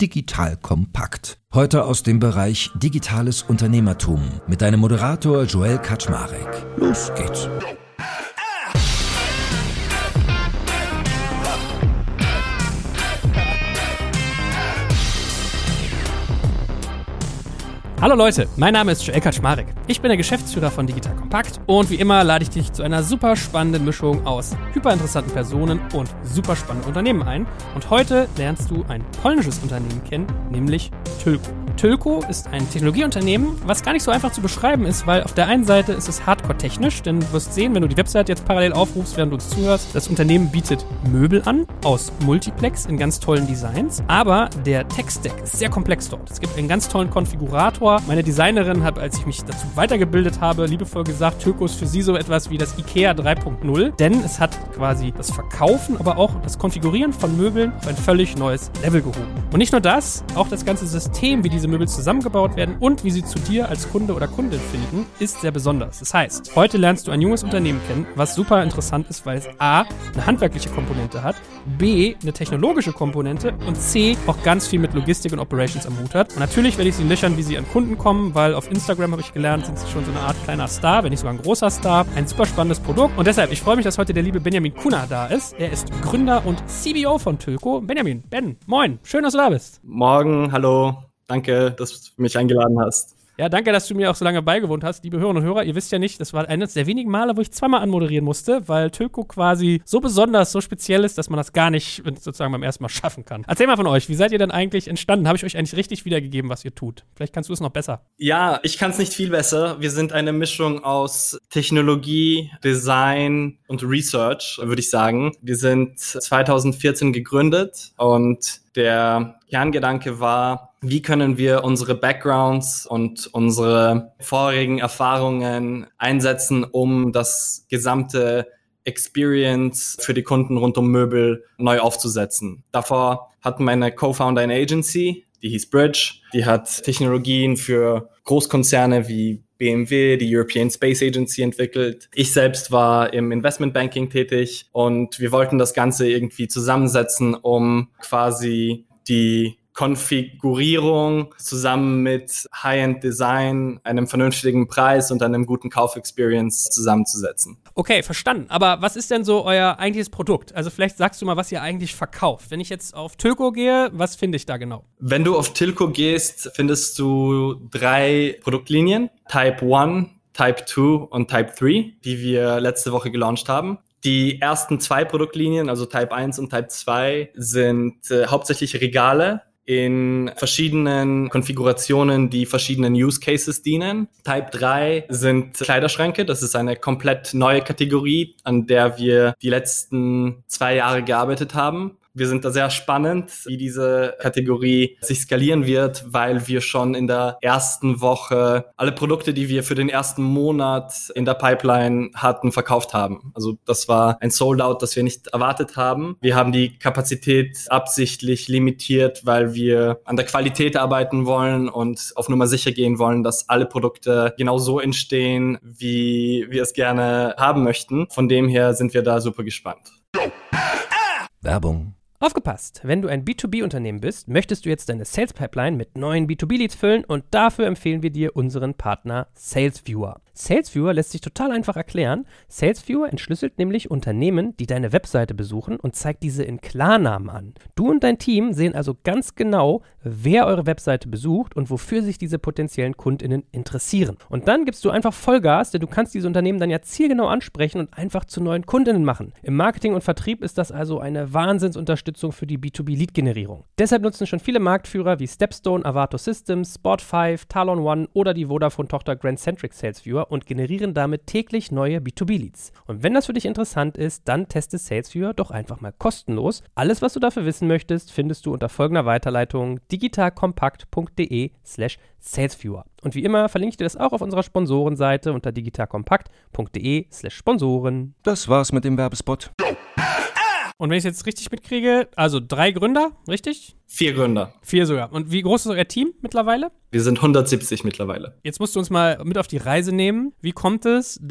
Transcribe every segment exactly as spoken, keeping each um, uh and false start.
Digital Kompakt. Heute aus dem Bereich Digitales Unternehmertum mit deinem Moderator Joel Kaczmarek. Los geht's. Hallo Leute, mein Name ist Joel Kaczmarek. Ich bin der Geschäftsführer von Digital Kompakt und wie immer lade ich dich zu einer super spannenden Mischung aus hyperinteressanten Personen und super spannenden Unternehmen ein. Und heute lernst du ein polnisches Unternehmen kennen, nämlich Tylko. Tylko ist ein Technologieunternehmen, was gar nicht so einfach zu beschreiben ist, weil auf der einen Seite ist es hardcore-technisch, denn du wirst sehen, wenn du die Webseite jetzt parallel aufrufst, während du uns zuhörst, das Unternehmen bietet Möbel an, aus Multiplex in ganz tollen Designs, aber der Tech-Stack ist sehr komplex dort. Es gibt einen ganz tollen Konfigurator. Meine Designerin hat, als ich mich dazu weitergebildet habe, liebevoll gesagt, Tylko ist für sie so etwas wie das IKEA drei Punkt null, denn es hat quasi das Verkaufen, aber auch das Konfigurieren von Möbeln auf ein völlig neues Level gehoben. Und nicht nur das, auch das ganze System, wie diese Möbel zusammengebaut werden und wie sie zu dir als Kunde oder Kundin finden, ist sehr besonders. Das heißt, heute lernst du ein junges Unternehmen kennen, was super interessant ist, weil es A, eine handwerkliche Komponente hat, B, eine technologische Komponente und C, auch ganz viel mit Logistik und Operations am Hut hat. Und natürlich werde ich sie löchern, wie sie an Kunden kommen, weil auf Instagram habe ich gelernt, sind sie schon so eine Art kleiner Star, wenn nicht sogar ein großer Star. Ein super spannendes Produkt und deshalb, ich freue mich, dass heute der liebe Benjamin Kuna da ist. Er ist Gründer und C B O von Tylko. Benjamin, Ben, moin, schön, dass du da bist. Morgen, hallo. Danke, dass du mich eingeladen hast. Ja, danke, dass du mir auch so lange beigewohnt hast. Liebe Hörerinnen und Hörer, ihr wisst ja nicht, das war eines der wenigen Male, wo ich zweimal anmoderieren musste, weil Tylko quasi so besonders, so speziell ist, dass man das gar nicht sozusagen beim ersten Mal schaffen kann. Erzähl mal von euch, wie seid ihr denn eigentlich entstanden? Habe ich euch eigentlich richtig wiedergegeben, was ihr tut? Vielleicht kannst du es noch besser. Ja, ich kann es nicht viel besser. Wir sind eine Mischung aus Technologie, Design und Research, würde ich sagen. Wir sind zwanzig vierzehn gegründet und der Kerngedanke war, wie können wir unsere Backgrounds und unsere vorigen Erfahrungen einsetzen, um das gesamte Experience für die Kunden rund um Möbel neu aufzusetzen. Davor hatten meine Co-Founder eine Agency, die hieß Bridge. Die hat Technologien für Großkonzerne wie B M W, die European Space Agency entwickelt. Ich selbst war im Investmentbanking tätig und wir wollten das Ganze irgendwie zusammensetzen, um quasi die Konfigurierung zusammen mit High-End-Design, einem vernünftigen Preis und einem guten Kauf-Experience zusammenzusetzen. Okay, verstanden. Aber was ist denn so euer eigentliches Produkt? Also vielleicht sagst du mal, was ihr eigentlich verkauft. Wenn ich jetzt auf Tylko gehe, was finde ich da genau? Wenn du auf Tylko gehst, findest du drei Produktlinien. Type eins, Type zwei und Type drei, die wir letzte Woche gelauncht haben. Die ersten zwei Produktlinien, also Type eins und Type zwei, sind äh, hauptsächlich Regale in verschiedenen Konfigurationen, die verschiedenen Use Cases dienen. Type drei sind Kleiderschränke. Das ist eine komplett neue Kategorie, an der wir die letzten zwei Jahre gearbeitet haben. Wir sind da sehr spannend, wie diese Kategorie sich skalieren wird, weil wir schon in der ersten Woche alle Produkte, die wir für den ersten Monat in der Pipeline hatten, verkauft haben. Also das war ein Sold-Out, das wir nicht erwartet haben. Wir haben die Kapazität absichtlich limitiert, weil wir an der Qualität arbeiten wollen und auf Nummer sicher gehen wollen, dass alle Produkte genau so entstehen, wie wir es gerne haben möchten. Von dem her sind wir da super gespannt. Werbung. Aufgepasst! Wenn du ein B zwei B-Unternehmen bist, möchtest du jetzt deine Sales-Pipeline mit neuen B zwei B-Leads füllen und dafür empfehlen wir dir unseren Partner SalesViewer. SalesViewer lässt sich total einfach erklären. SalesViewer entschlüsselt nämlich Unternehmen, die deine Webseite besuchen und zeigt diese in Klarnamen an. Du und dein Team sehen also ganz genau, wer eure Webseite besucht und wofür sich diese potenziellen KundInnen interessieren. Und dann gibst du einfach Vollgas, denn du kannst diese Unternehmen dann ja zielgenau ansprechen und einfach zu neuen KundInnen machen. Im Marketing und Vertrieb ist das also eine Wahnsinnsunterstützung für die B zwei B-Lead-Generierung. Deshalb nutzen schon viele Marktführer wie Stepstone, Avato Systems, Spot fünf, Talon One oder die Vodafone-Tochter Grandcentric SalesViewer und generieren damit täglich neue B zwei B-Leads. Und wenn das für dich interessant ist, dann teste SalesViewer doch einfach mal kostenlos. Alles, was du dafür wissen möchtest, findest du unter folgender Weiterleitung digitalkompakt.de slash SalesViewer. Und wie immer verlinke ich dir das auch auf unserer Sponsorenseite unter digitalkompakt.de slash Sponsoren. Das war's mit dem Werbespot. Und wenn ich es jetzt richtig mitkriege, also drei Gründer, richtig? Vier Gründer. Vier sogar. Und wie groß ist euer Team mittlerweile? Wir sind hundertsiebzig mittlerweile. Jetzt musst du uns mal mit auf die Reise nehmen. Wie kommt es, dass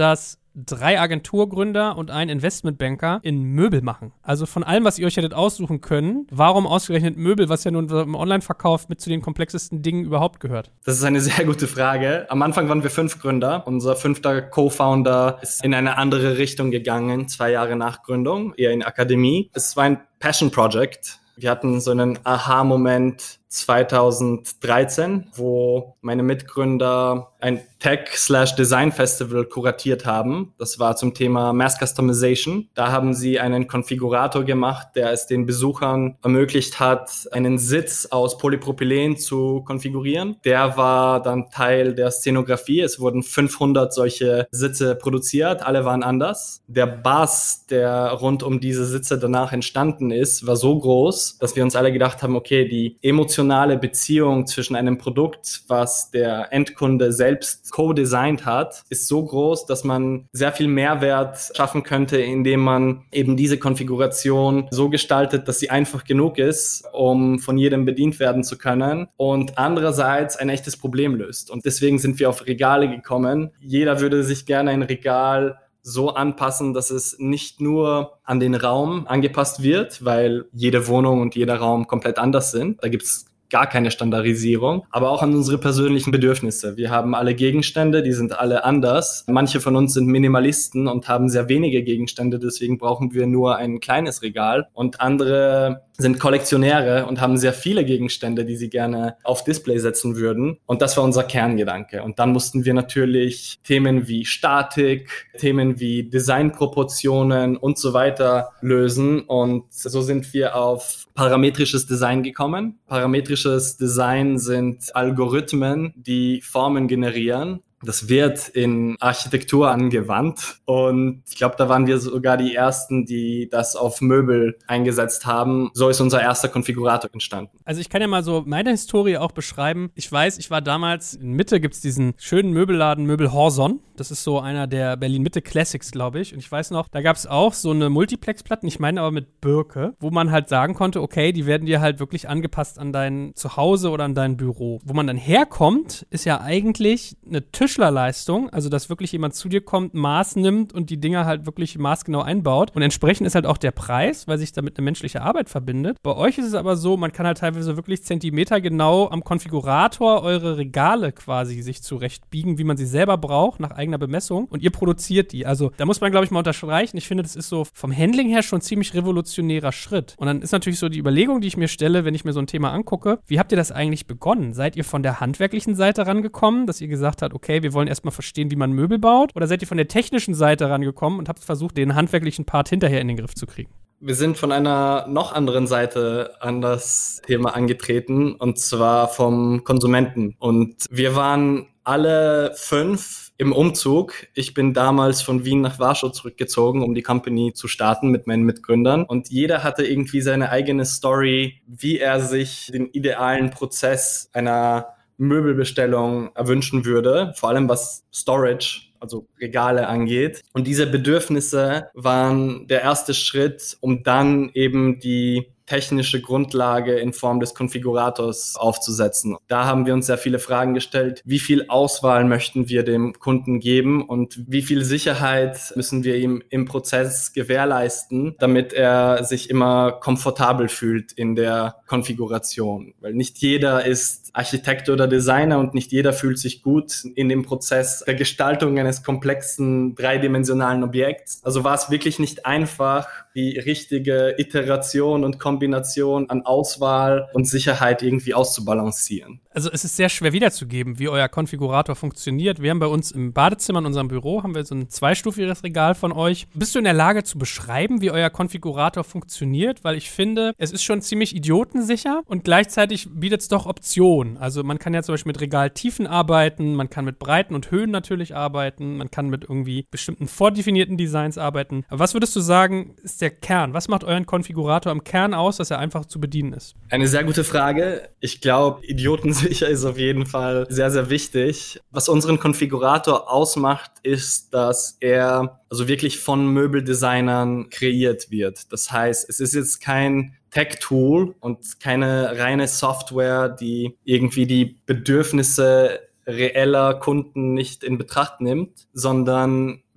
drei Agenturgründer und einen Investmentbanker in Möbel machen. Also von allem, was ihr euch hättet aussuchen können, warum ausgerechnet Möbel, was ja nun im Online-Verkauf mit zu den komplexesten Dingen überhaupt gehört? Das ist eine sehr gute Frage. Am Anfang waren wir fünf Gründer. Unser fünfter Co-Founder ist in eine andere Richtung gegangen, zwei Jahre nach Gründung, eher in Akademie. Es war ein Passion-Project. Wir hatten so einen Aha-Moment zweitausenddreizehn, wo meine Mitgründer ein Tech-Design-Festival kuratiert haben. Das war zum Thema Mass Customization. Da haben sie einen Konfigurator gemacht, der es den Besuchern ermöglicht hat, einen Sitz aus Polypropylen zu konfigurieren. Der war dann Teil der Szenografie. Es wurden fünfhundert solche Sitze produziert. Alle waren anders. Der Buzz, der rund um diese Sitze danach entstanden ist, war so groß, dass wir uns alle gedacht haben, okay, die emotionale Beziehung zwischen einem Produkt, was der Endkunde selbst co-designt hat, ist so groß, dass man sehr viel Mehrwert schaffen könnte, indem man eben diese Konfiguration so gestaltet, dass sie einfach genug ist, um von jedem bedient werden zu können und andererseits ein echtes Problem löst. Und deswegen sind wir auf Regale gekommen. Jeder würde sich gerne ein Regal so anpassen, dass es nicht nur an den Raum angepasst wird, weil jede Wohnung und jeder Raum komplett anders sind. Da gibt's gar keine Standardisierung, aber auch an unsere persönlichen Bedürfnisse. Wir haben alle Gegenstände, die sind alle anders. Manche von uns sind Minimalisten und haben sehr wenige Gegenstände, deswegen brauchen wir nur ein kleines Regal. Und andere sind Kollektionäre und haben sehr viele Gegenstände, die sie gerne auf Display setzen würden. Und das war unser Kerngedanke. Und dann mussten wir natürlich Themen wie Statik, Themen wie Designproportionen und so weiter lösen. Und so sind wir auf parametrisches Design gekommen. Parametrisches Design sind Algorithmen, die Formen generieren. Das wird in Architektur angewandt und ich glaube, da waren wir sogar die Ersten, die das auf Möbel eingesetzt haben. So ist unser erster Konfigurator entstanden. Also ich kann ja mal so meine Historie auch beschreiben. Ich weiß, ich war damals, in Mitte gibt's diesen schönen Möbelladen Möbel Horson. Das ist so einer der Berlin-Mitte Classics, glaube ich. Und ich weiß noch, da gab's auch so eine Multiplex-Platten, ich meine aber mit Birke, wo man halt sagen konnte, okay, die werden dir halt wirklich angepasst an dein Zuhause oder an dein Büro. Wo man dann herkommt, ist ja eigentlich eine Tischlerleistung, also dass wirklich jemand zu dir kommt, Maß nimmt und die Dinger halt wirklich maßgenau einbaut. Und entsprechend ist halt auch der Preis, weil sich damit eine menschliche Arbeit verbindet. Bei euch ist es aber so, man kann halt teilweise wirklich zentimetergenau am Konfigurator eure Regale quasi sich zurechtbiegen, wie man sie selber braucht, nach eigener Bemessung. Und ihr produziert die. Also da muss man, glaube ich, mal unterstreichen. Ich finde, das ist so vom Handling her schon ein ziemlich revolutionärer Schritt. Und dann ist natürlich so die Überlegung, die ich mir stelle, wenn ich mir so ein Thema angucke, wie habt ihr das eigentlich begonnen? Seid ihr von der handwerklichen Seite rangekommen, dass ihr gesagt habt, okay, wir wollen erstmal verstehen, wie man Möbel baut? Oder seid ihr von der technischen Seite rangekommen und habt versucht, den handwerklichen Part hinterher in den Griff zu kriegen? Wir sind von einer noch anderen Seite an das Thema angetreten, und zwar vom Konsumenten. Und wir waren alle fünf im Umzug. Ich bin damals von Wien nach Warschau zurückgezogen, um die Company zu starten mit meinen Mitgründern. Und jeder hatte irgendwie seine eigene Story, wie er sich den idealen Prozess einer Möbelbestellung erwünschen würde, vor allem was Storage, also Regale angeht. Und diese Bedürfnisse waren der erste Schritt, um dann eben die technische Grundlage in Form des Konfigurators aufzusetzen. Da haben wir uns sehr viele Fragen gestellt. Wie viel Auswahl möchten wir dem Kunden geben und wie viel Sicherheit müssen wir ihm im Prozess gewährleisten, damit er sich immer komfortabel fühlt in der Konfiguration? Weil nicht jeder ist Architekt oder Designer und nicht jeder fühlt sich gut in dem Prozess der Gestaltung eines komplexen dreidimensionalen Objekts. Also war es wirklich nicht einfach, die richtige Iteration und Kombination an Auswahl und Sicherheit irgendwie auszubalancieren. Also es ist sehr schwer wiederzugeben, wie euer Konfigurator funktioniert. Wir haben bei uns im Badezimmer in unserem Büro haben wir so ein zweistufiges Regal von euch. Bist du in der Lage zu beschreiben, wie euer Konfigurator funktioniert? Weil ich finde, es ist schon ziemlich idiotensicher und gleichzeitig bietet es doch Optionen. Also man kann ja zum Beispiel mit Regaltiefen arbeiten, man kann mit Breiten und Höhen natürlich arbeiten, man kann mit irgendwie bestimmten vordefinierten Designs arbeiten. Aber was würdest du sagen, ist der Kern? Was macht euren Konfigurator im Kern aus, dass er einfach zu bedienen ist? Eine sehr gute Frage. Ich glaube, idiotensicher ist auf jeden Fall sehr, sehr wichtig. Was unseren Konfigurator ausmacht, ist, dass er also wirklich von Möbeldesignern kreiert wird. Das heißt, es ist jetzt kein Tech-Tool und keine reine Software, die irgendwie die Bedürfnisse reeller Kunden nicht in Betracht nimmt, sondern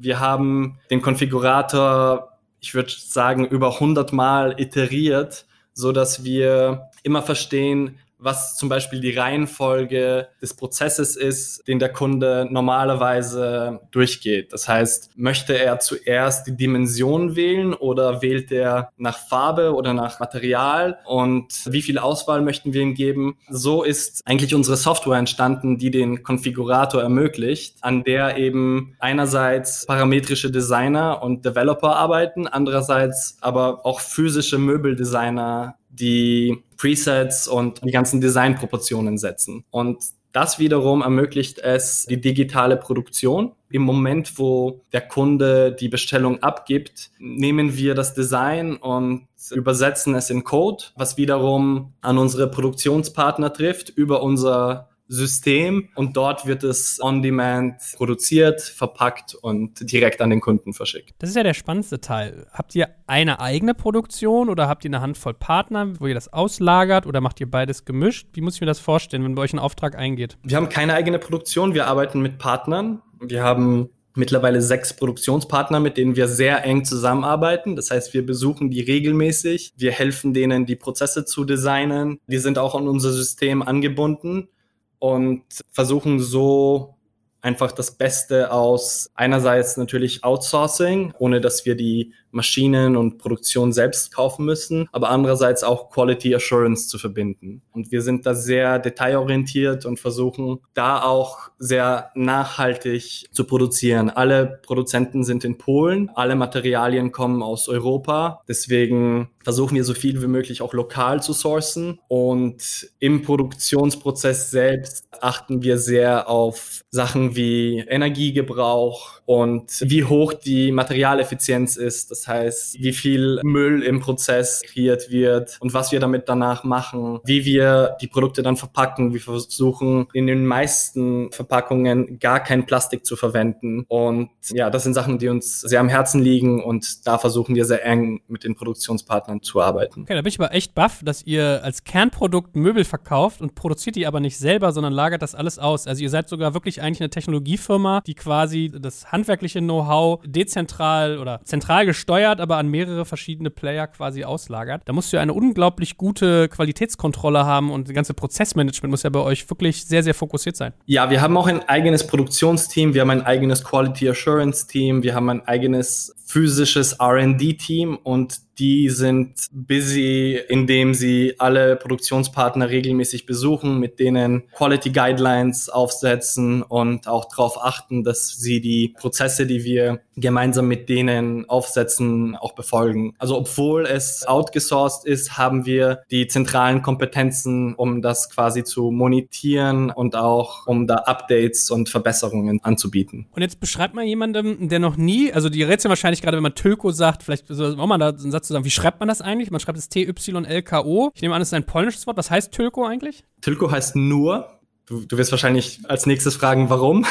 Wir haben den Konfigurator, ich würde sagen, über hundert Mal iteriert, so dass wir immer verstehen, was zum Beispiel die Reihenfolge des Prozesses ist, den der Kunde normalerweise durchgeht. Das heißt, möchte er zuerst die Dimension wählen oder wählt er nach Farbe oder nach Material und wie viel Auswahl möchten wir ihm geben? So ist eigentlich unsere Software entstanden, die den Konfigurator ermöglicht, an der eben einerseits parametrische Designer und Developer arbeiten, andererseits aber auch physische Möbeldesigner, die Presets und die ganzen Designproportionen setzen. Und das wiederum ermöglicht es die digitale Produktion. Im Moment, wo der Kunde die Bestellung abgibt, nehmen wir das Design und übersetzen es in Code, was wiederum an unsere Produktionspartner trifft über unser System, und dort wird es on demand produziert, verpackt und direkt an den Kunden verschickt. Das ist ja der spannendste Teil. Habt ihr eine eigene Produktion oder habt ihr eine Handvoll Partner, wo ihr das auslagert, oder macht ihr beides gemischt? Wie muss ich mir das vorstellen, wenn bei euch ein Auftrag eingeht? Wir haben keine eigene Produktion, wir arbeiten mit Partnern. Wir haben mittlerweile sechs Produktionspartner, mit denen wir sehr eng zusammenarbeiten. Das heißt, wir besuchen die regelmäßig. Wir helfen denen, die Prozesse zu designen. Die sind auch an unser System angebunden und versuchen so einfach das Beste aus einerseits natürlich Outsourcing, ohne dass wir die Maschinen und Produktion selbst kaufen müssen, aber andererseits auch Quality Assurance zu verbinden. Und wir sind da sehr detailorientiert und versuchen da auch sehr nachhaltig zu produzieren. Alle Produzenten sind in Polen, alle Materialien kommen aus Europa. Deswegen versuchen wir so viel wie möglich auch lokal zu sourcen. Und im Produktionsprozess selbst achten wir sehr auf Sachen wie Energiegebrauch und wie hoch die Materialeffizienz ist. Das heißt, wie viel Müll im Prozess kreiert wird und was wir damit danach machen, wie wir die Produkte dann verpacken. Wir versuchen in den meisten Verpackungen gar kein Plastik zu verwenden. Und ja, das sind Sachen, die uns sehr am Herzen liegen, und da versuchen wir sehr eng mit den Produktionspartnern zu arbeiten. Okay, da bin ich aber echt baff, dass ihr als Kernprodukt Möbel verkauft und produziert die aber nicht selber, sondern lagert das alles aus. Also ihr seid sogar wirklich eigentlich eine Technologiefirma, die quasi das handwerkliche Know-how dezentral oder zentral gesteuert, aber an mehrere verschiedene Player quasi auslagert. Da musst du ja eine unglaublich gute Qualitätskontrolle haben, und das ganze Prozessmanagement muss ja bei euch wirklich sehr, sehr fokussiert sein. Ja, wir haben auch ein eigenes Produktionsteam, wir haben ein eigenes Quality Assurance Team, wir haben ein eigenes physisches R and D-Team, und die sind busy, indem sie alle Produktionspartner regelmäßig besuchen, mit denen Quality Guidelines aufsetzen und auch darauf achten, dass sie die Prozesse, die wir gemeinsam mit denen aufsetzen, auch befolgen. Also obwohl es outgesourced ist, haben wir die zentralen Kompetenzen, um das quasi zu monitieren und auch um da Updates und Verbesserungen anzubieten. Und jetzt beschreibt mal jemandem, der noch nie, also die rätseln wahrscheinlich gerade, wenn man Tölko sagt, vielleicht soll man da einen Satz zu sagen, wie schreibt man das eigentlich? Man schreibt es T Y L K O. Ich nehme an, es ist ein polnisches Wort. Was heißt Tölko eigentlich? Tölko heißt nur. Du, du wirst wahrscheinlich als nächstes fragen, warum.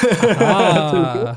Ah.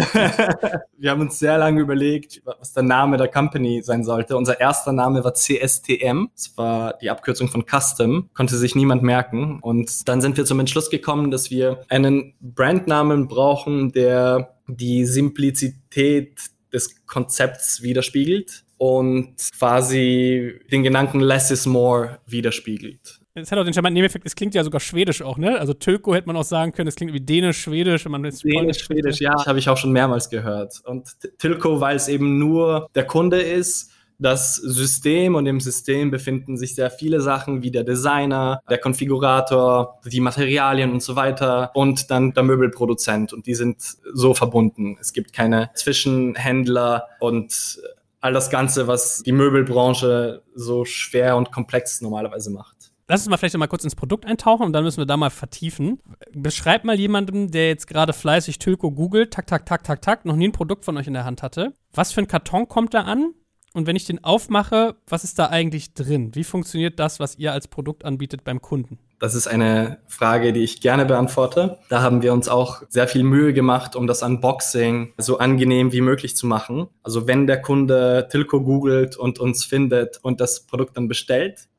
Wir haben uns sehr lange überlegt, was der Name der Company sein sollte. Unser erster Name war C S T M. Das war die Abkürzung von Custom. Konnte sich niemand merken. Und dann sind wir zum Entschluss gekommen, dass wir einen Brandnamen brauchen, der die Simplizität des Konzepts widerspiegelt und quasi den Gedanken Less is More widerspiegelt. Es hat auch den charmanten Nebeneffekt, es klingt ja sogar schwedisch auch, ne? Also Tölko hätte man auch sagen können, es klingt wie dänisch-schwedisch. Dänisch-schwedisch, ja, habe ich auch schon mehrmals gehört. Und Tölko, weil es eben nur der Kunde ist, das System, und im System befinden sich sehr viele Sachen wie der Designer, der Konfigurator, die Materialien und so weiter und dann der Möbelproduzent, und die sind so verbunden. Es gibt keine Zwischenhändler und all das Ganze, was die Möbelbranche so schwer und komplex normalerweise macht. Lass uns mal vielleicht noch mal kurz ins Produkt eintauchen, und dann müssen wir da mal vertiefen. Beschreibt mal jemandem, der jetzt gerade fleißig Tölko googelt, tak, tak, tak, tak, tak, noch nie ein Produkt von euch in der Hand hatte. Was für ein Karton kommt da an? Und wenn ich den aufmache, was ist da eigentlich drin? Wie funktioniert das, was ihr als Produkt anbietet beim Kunden? Das ist eine Frage, die ich gerne beantworte. Da haben wir uns auch sehr viel Mühe gemacht, um das Unboxing so angenehm wie möglich zu machen. Also wenn der Kunde Tölko googelt und uns findet und das Produkt dann bestellt,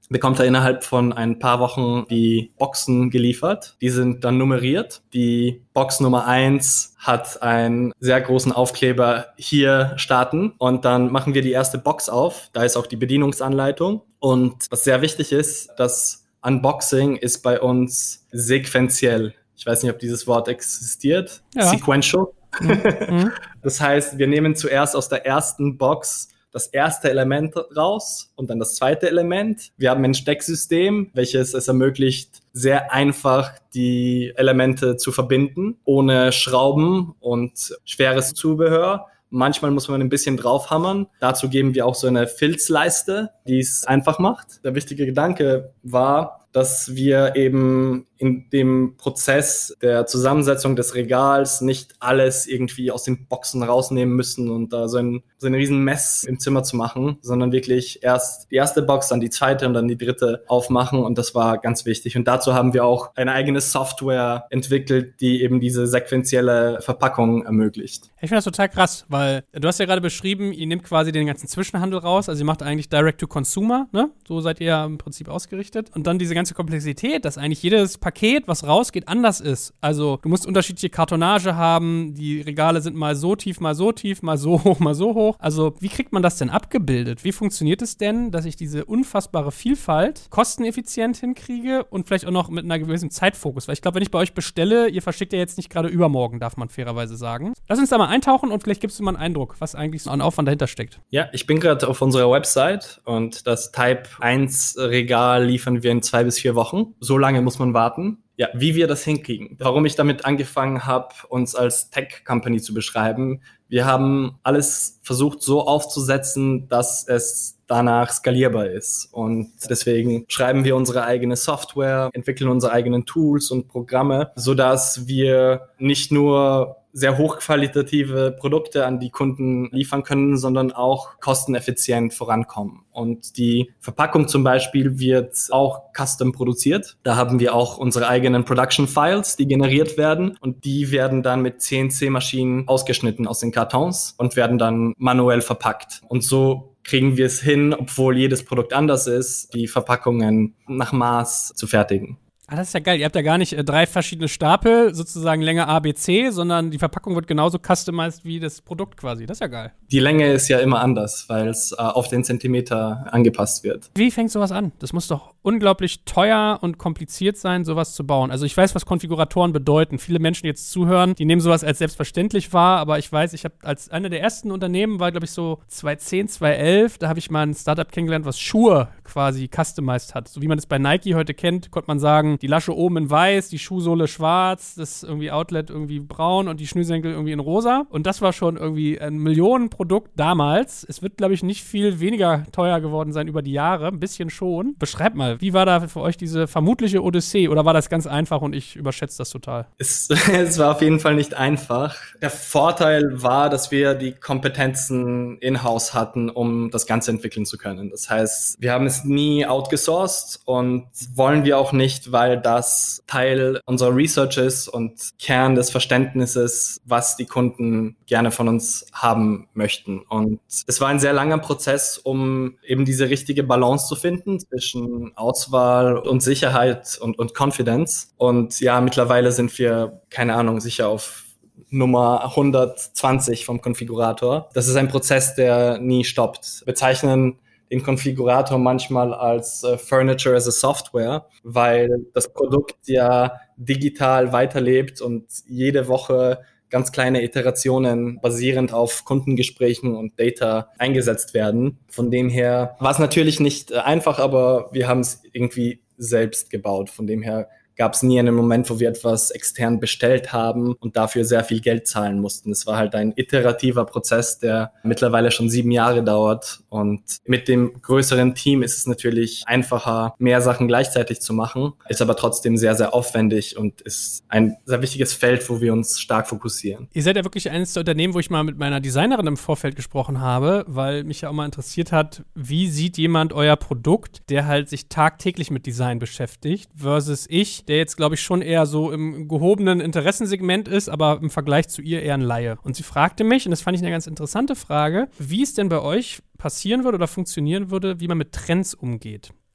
bekommt er innerhalb von ein paar Wochen die Boxen geliefert. Die sind dann nummeriert. Die Box Nummer eins hat einen sehr großen Aufkleber hier starten und dann machen wir die erste Box auf. Da ist auch die Bedienungsanleitung. Und was sehr wichtig ist, das Unboxing ist bei uns sequenziell. Ich weiß nicht, ob dieses Wort existiert. Ja. Sequential. Mhm. Das heißt, wir nehmen zuerst aus der ersten Box das erste Element raus und dann das zweite Element. Wir haben ein Stecksystem, welches es ermöglicht, sehr einfach die Elemente zu verbinden, ohne Schrauben und schweres Zubehör. Manchmal muss man ein bisschen draufhammern. Dazu geben wir auch so eine Filzleiste, die es einfach macht. Der wichtige Gedanke war, dass wir eben in dem Prozess der Zusammensetzung des Regals nicht alles irgendwie aus den Boxen rausnehmen müssen und da so ein, so ein riesen Mess im Zimmer zu machen, sondern wirklich erst die erste Box, dann die zweite und dann die dritte aufmachen und das war ganz wichtig. Und dazu haben wir auch eine eigene Software entwickelt, die eben diese sequentielle Verpackung ermöglicht. Ich finde das total krass, weil du hast ja gerade beschrieben, ihr nehmt quasi den ganzen Zwischenhandel raus, also ihr macht eigentlich Direct-to-Consumer, ne? So seid ihr ja im Prinzip ausgerichtet. Und dann diese ganze Komplexität, dass eigentlich jedes Paket, was rausgeht, anders ist. Also du musst unterschiedliche Kartonage haben, die Regale sind mal so tief, mal so tief, mal so hoch, mal so hoch. Also wie kriegt man das denn abgebildet? Wie funktioniert es denn, dass ich diese unfassbare Vielfalt kosteneffizient hinkriege und vielleicht auch noch mit einer gewissen Zeitfokus? Weil ich glaube, wenn ich bei euch bestelle, ihr verschickt ja jetzt nicht gerade übermorgen, darf man fairerweise sagen. Lass uns da mal eintauchen und vielleicht gibst du mal einen Eindruck, was eigentlich so an Aufwand dahinter steckt. Ja, ich bin gerade auf unserer Website und das Type eins Regal liefern wir in zwei bis vier Wochen. So lange muss man warten. Ja, wie wir das hinkriegen. Warum ich damit angefangen habe, uns als Tech-Company zu beschreiben. Wir haben alles versucht so aufzusetzen, dass es danach skalierbar ist. Und deswegen schreiben wir unsere eigene Software, entwickeln unsere eigenen Tools und Programme, sodass wir nicht nur sehr hochqualitative Produkte an die Kunden liefern können, sondern auch kosteneffizient vorankommen. Und die Verpackung zum Beispiel wird auch custom produziert. Da haben wir auch unsere eigenen Production Files, die generiert werden und die werden dann mit C N C-Maschinen ausgeschnitten aus den Kartons und werden dann manuell verpackt. Und so kriegen wir es hin, obwohl jedes Produkt anders ist, die Verpackungen nach Maß zu fertigen. Ah, das ist ja geil. Ihr habt ja gar nicht äh, drei verschiedene Stapel, sozusagen Länge A, B, C, sondern die Verpackung wird genauso customized wie das Produkt quasi. Das ist ja geil. Die Länge ist ja immer anders, weil es äh, auf den Zentimeter angepasst wird. Wie fängt sowas an? Das muss doch unglaublich teuer und kompliziert sein, sowas zu bauen. Also ich weiß, was Konfiguratoren bedeuten. Viele Menschen, die jetzt zuhören, die nehmen sowas als selbstverständlich wahr, aber ich weiß, ich habe als einer der ersten Unternehmen, war glaube ich so zwanzig zehn, zwanzig elf, da habe ich mal ein Startup kennengelernt, was Schuhe quasi customized hat. So wie man das bei Nike heute kennt, konnte man sagen, die Lasche oben in weiß, die Schuhsohle schwarz, das irgendwie Outlet irgendwie braun und die Schnürsenkel irgendwie in rosa. Und das war schon irgendwie ein Millionenprodukt damals. Es wird, glaube ich, nicht viel weniger teuer geworden sein über die Jahre. Ein bisschen schon. Beschreibt mal, wie war da für euch diese vermutliche Odyssee? Oder war das ganz einfach und ich überschätze das total? Es, es war auf jeden Fall nicht einfach. Der Vorteil war, dass wir die Kompetenzen in-house hatten, um das Ganze entwickeln zu können. Das heißt, wir haben es nie outgesourced und wollen wir auch nicht, weil das Teil unserer Research ist und Kern des Verständnisses, was die Kunden gerne von uns haben möchten. Und es war ein sehr langer Prozess, um eben diese richtige Balance zu finden zwischen Auswahl und Sicherheit und, und Confidence. Und ja, mittlerweile sind wir, keine Ahnung, sicher auf Nummer hundertzwanzig vom Konfigurator. Das ist ein Prozess, der nie stoppt. Wir bezeichnen den Konfigurator manchmal als äh, Furniture as a Software, weil das Produkt ja digital weiterlebt und jede Woche ganz kleine Iterationen basierend auf Kundengesprächen und Data eingesetzt werden. Von dem her war es natürlich nicht äh, einfach, aber wir haben es irgendwie selbst gebaut. Von dem her gab es nie einen Moment, wo wir etwas extern bestellt haben und dafür sehr viel Geld zahlen mussten. Es war halt ein iterativer Prozess, der mittlerweile schon sieben Jahre dauert. Und mit dem größeren Team ist es natürlich einfacher, mehr Sachen gleichzeitig zu machen, ist aber trotzdem sehr, sehr aufwendig und ist ein sehr wichtiges Feld, wo wir uns stark fokussieren. Ihr seid ja wirklich eines der Unternehmen, wo ich mal mit meiner Designerin im Vorfeld gesprochen habe, weil mich ja auch mal interessiert hat, wie sieht jemand euer Produkt, der halt sich tagtäglich mit Design beschäftigt, versus ich, der jetzt, glaube ich, schon eher so im gehobenen Interessensegment ist, aber im Vergleich zu ihr eher ein Laie. Und sie fragte mich, und das fand ich eine ganz interessante Frage, wie es denn bei euch passieren würde oder funktionieren würde, wie man mit Trends umgeht.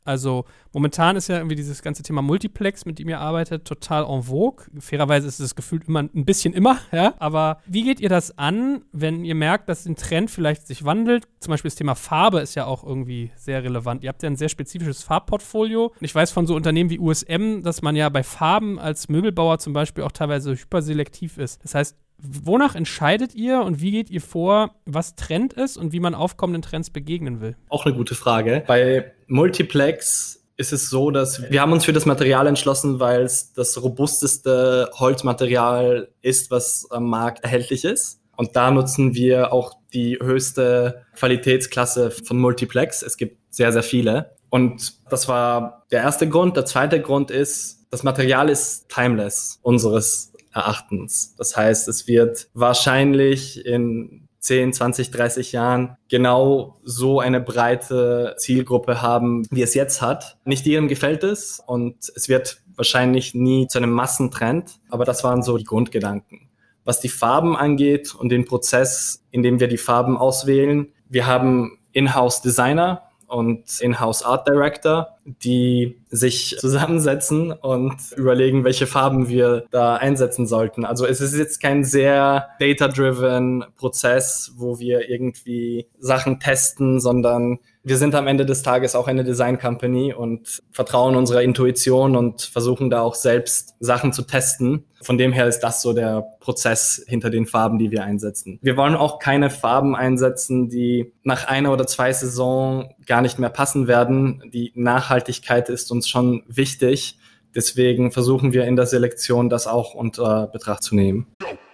Also momentan ist ja irgendwie dieses ganze Thema Multiplex, mit dem ihr arbeitet, total en vogue. Fairerweise ist es gefühlt immer ein bisschen immer, ja. Aber wie geht ihr das an, wenn ihr merkt, dass ein Trend vielleicht sich wandelt? Zum Beispiel das Thema Farbe ist ja auch irgendwie sehr relevant. Ihr habt ja ein sehr spezifisches Farbportfolio. Und ich weiß von so Unternehmen wie U S M, dass man ja bei Farben als Möbelbauer zum Beispiel auch teilweise hyperselektiv ist. Das heißt, wonach entscheidet ihr und wie geht ihr vor, was Trend ist und wie man aufkommenden Trends begegnen will? Auch eine gute Frage. Bei Multiplex ist es so, dass wir haben uns für das Material entschlossen, weil es das robusteste Holzmaterial ist, was am Markt erhältlich ist. Und da nutzen wir auch die höchste Qualitätsklasse von Multiplex. Es gibt sehr, sehr viele. Und das war der erste Grund. Der zweite Grund ist, das Material ist timeless, unseres Erachtens. Das heißt, es wird wahrscheinlich in zehn, zwanzig, dreißig Jahren genau so eine breite Zielgruppe haben, wie es jetzt hat. Nicht jedem gefällt es und es wird wahrscheinlich nie zu einem Massentrend, aber das waren so die Grundgedanken. Was die Farben angeht und den Prozess, in dem wir die Farben auswählen, wir haben In-house-Designer und In-house Art Director, die sich zusammensetzen und überlegen, welche Farben wir da einsetzen sollten. Also es ist jetzt kein sehr data-driven Prozess, wo wir irgendwie Sachen testen, sondern wir sind am Ende des Tages auch eine Design-Company und vertrauen unserer Intuition und versuchen da auch selbst Sachen zu testen. Von dem her ist das so der Prozess hinter den Farben, die wir einsetzen. Wir wollen auch keine Farben einsetzen, die nach einer oder zwei Saison gar nicht mehr passen werden. Die Nachhaltigkeit ist uns schon wichtig. Deswegen versuchen wir in der Selektion das auch unter Betracht zu nehmen.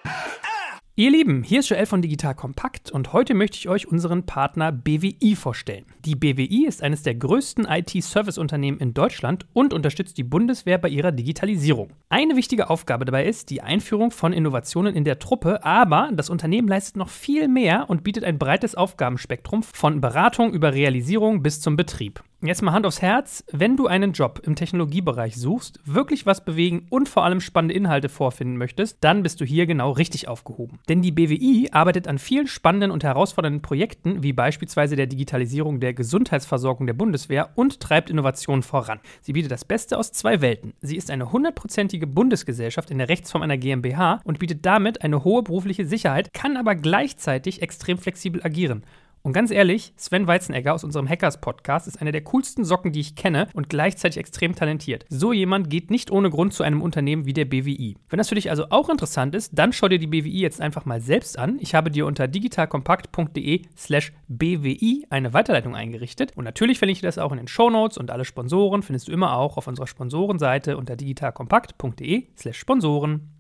Ihr Lieben, hier ist Joel von Digital Compact und heute möchte ich euch unseren Partner B W I vorstellen. Die B W I ist eines der größten I T-Service-Unternehmen in Deutschland und unterstützt die Bundeswehr bei ihrer Digitalisierung. Eine wichtige Aufgabe dabei ist die Einführung von Innovationen in der Truppe, aber das Unternehmen leistet noch viel mehr und bietet ein breites Aufgabenspektrum von Beratung über Realisierung bis zum Betrieb. Jetzt mal Hand aufs Herz, wenn du einen Job im Technologiebereich suchst, wirklich was bewegen und vor allem spannende Inhalte vorfinden möchtest, dann bist du hier genau richtig aufgehoben. Denn die B W I arbeitet an vielen spannenden und herausfordernden Projekten, wie beispielsweise der Digitalisierung der Gesundheitsversorgung der Bundeswehr und treibt Innovationen voran. Sie bietet das Beste aus zwei Welten. Sie ist eine hundertprozentige Bundesgesellschaft in der Rechtsform einer GmbH und bietet damit eine hohe berufliche Sicherheit, kann aber gleichzeitig extrem flexibel agieren. Und ganz ehrlich, Sven Weizenegger aus unserem Hackers-Podcast ist einer der coolsten Socken, die ich kenne und gleichzeitig extrem talentiert. So jemand geht nicht ohne Grund zu einem Unternehmen wie der B W I. Wenn das für dich also auch interessant ist, dann schau dir die B W I jetzt einfach mal selbst an. Ich habe dir unter digitalkompakt.de slash BWI eine Weiterleitung eingerichtet. Und natürlich verlinke ich das auch in den Shownotes und alle Sponsoren findest du immer auch auf unserer Sponsorenseite unter digitalkompakt.de slash Sponsoren.